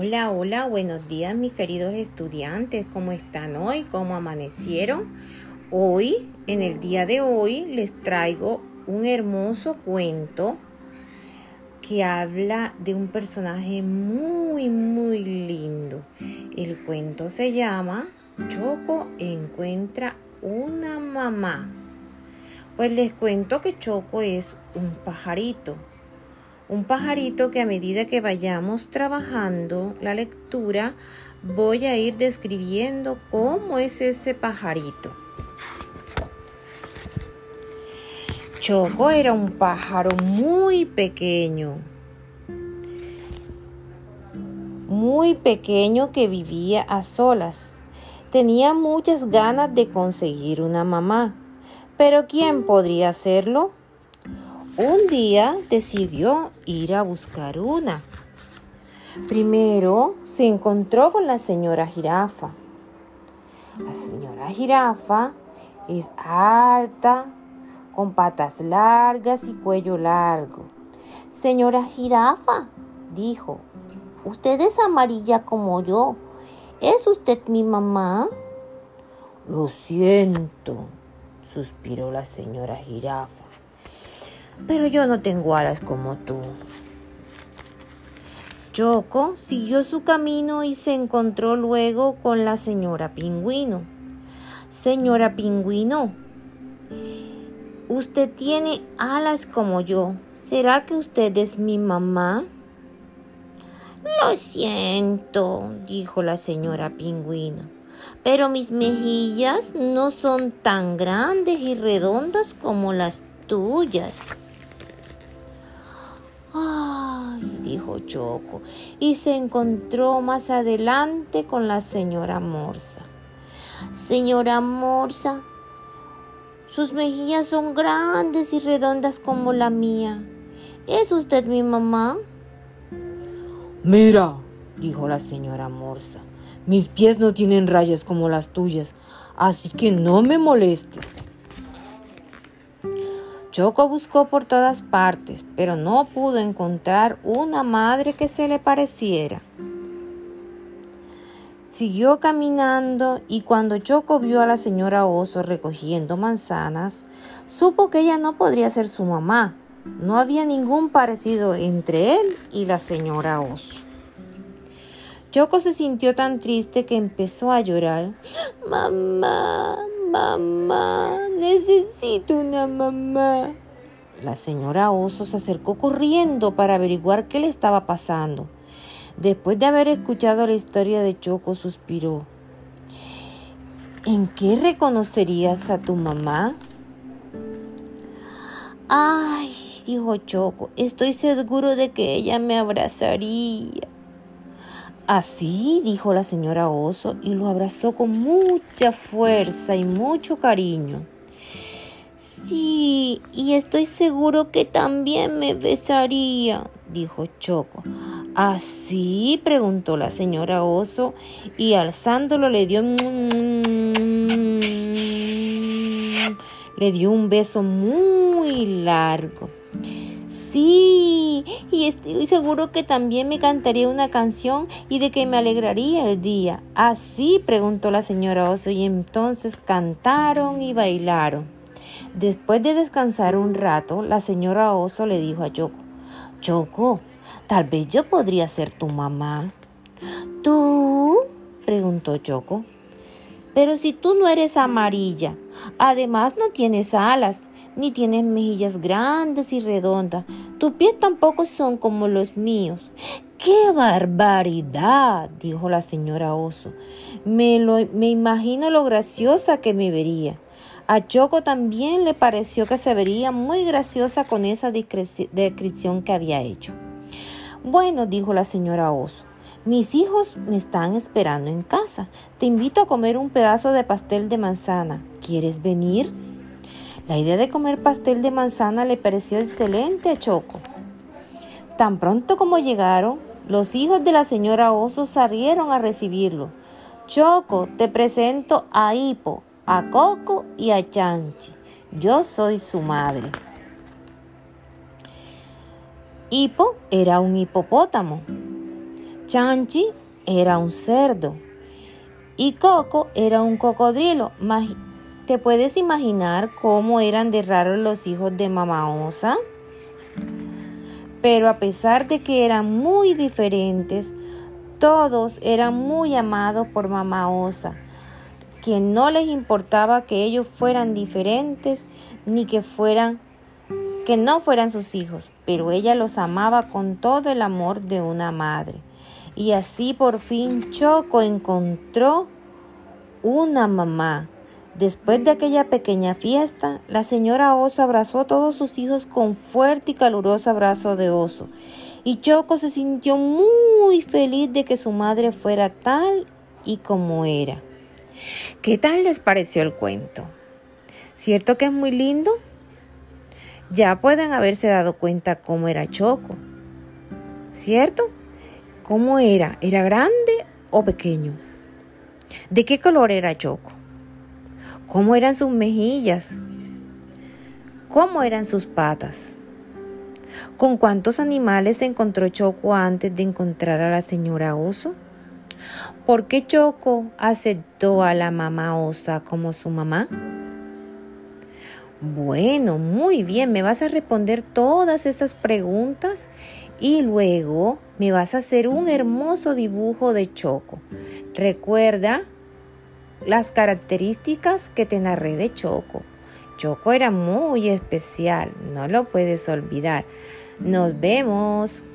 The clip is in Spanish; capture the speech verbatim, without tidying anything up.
Hola, hola, buenos días mis queridos estudiantes, ¿cómo están hoy? ¿Cómo amanecieron? Hoy, en el día de hoy, les traigo un hermoso cuento que habla de un personaje muy, muy lindo. El cuento se llama Choco encuentra una mamá. Pues les cuento que Choco es un pajarito. Un pajarito que a medida que vayamos trabajando la lectura, voy a ir describiendo cómo es ese pajarito. Choco era un pájaro muy pequeño, muy pequeño que vivía a solas. Tenía muchas ganas de conseguir una mamá, pero ¿quién podría hacerlo? Un día decidió ir a buscar una. Primero se encontró con la señora Jirafa. La señora Jirafa es alta, con patas largas y cuello largo. Señora Jirafa, dijo, usted es amarilla como yo. ¿Es usted mi mamá? Lo siento, suspiró la señora Jirafa. Pero yo no tengo alas como tú. Choco siguió su camino y se encontró luego con la señora Pingüino. Señora Pingüino, usted tiene alas como yo. ¿Será que usted es mi mamá? Lo siento, dijo la señora Pingüino, pero mis mejillas no son tan grandes y redondas como las tuyas. ¡Ay!, dijo Choco, y se encontró más adelante con la señora Morsa. Señora Morsa, sus mejillas son grandes y redondas como la mía. ¿Es usted mi mamá? Mira, dijo la señora Morsa, mis pies no tienen rayas como las tuyas, así que no me molestes. Choco buscó por todas partes, pero no pudo encontrar una madre que se le pareciera. Siguió caminando y cuando Choco vio a la señora Oso recogiendo manzanas, supo que ella no podría ser su mamá. No había ningún parecido entre él y la señora Oso. Choco se sintió tan triste que empezó a llorar. Mamá, mamá, necesito una mamá. La señora Oso se acercó corriendo para averiguar qué le estaba pasando. Después de haber escuchado la historia de Choco, suspiró. ¿En qué reconocerías a tu mamá? Ay, dijo Choco, estoy seguro de que ella me abrazaría. Así, dijo la señora Oso y lo abrazó con mucha fuerza y mucho cariño. Sí, y estoy seguro que también me besaría, dijo Choco. ¿Así?, preguntó la señora Oso y alzándolo le dio, le dio un beso muy largo. Sí, y estoy seguro que también me cantaría una canción y de que me alegraría el día. ¿Así?, preguntó la señora Oso y entonces cantaron y bailaron. Después de descansar un rato, la señora Oso le dijo a Choco, Choco, tal vez yo podría ser tu mamá. ¿Tú?, preguntó Choco. Pero si tú no eres amarilla, además no tienes alas, ni tienes mejillas grandes y redondas. Tus pies tampoco son como los míos. ¡Qué barbaridad!, dijo la señora Oso. Me, lo, me imagino lo graciosa que me vería. A Choco también le pareció que se vería muy graciosa con esa descripción que había hecho. Bueno, dijo la señora Oso, mis hijos me están esperando en casa. Te invito a comer un pedazo de pastel de manzana. ¿Quieres venir? La idea de comer pastel de manzana le pareció excelente a Choco. Tan pronto como llegaron, los hijos de la señora Oso salieron a recibirlo. Choco, te presento a Hipo, a Coco y a Chanchi. Yo soy su madre. Hipo era un hipopótamo. Chanchi era un cerdo y Coco era un cocodrilo. ¿Te puedes imaginar cómo eran de raros los hijos de Mamá Osa? Pero a pesar de que eran muy diferentes, todos eran muy amados por Mamá Osa, quien no les importaba que ellos fueran diferentes ni que fueran que no fueran sus hijos, pero ella los amaba con todo el amor de una madre. Y así por fin Choco encontró una mamá. Después de aquella pequeña fiesta, la señora Oso abrazó a todos sus hijos con fuerte y caluroso abrazo de oso. Y Choco se sintió muy feliz de que su madre fuera tal y como era. ¿Qué tal les pareció el cuento? ¿Cierto que es muy lindo? Ya pueden haberse dado cuenta cómo era Choco, ¿cierto? ¿Cómo era? ¿Era grande o pequeño? ¿De qué color era Choco? ¿Cómo eran sus mejillas? ¿Cómo eran sus patas? ¿Con cuántos animales se encontró Choco antes de encontrar a la señora Oso? ¿Por qué Choco aceptó a la mamá Osa como su mamá? Bueno, muy bien, me vas a responder todas esas preguntas y luego me vas a hacer un hermoso dibujo de Choco. Recuerda las características que te narré de Choco. Choco era muy especial, no lo puedes olvidar. Nos vemos.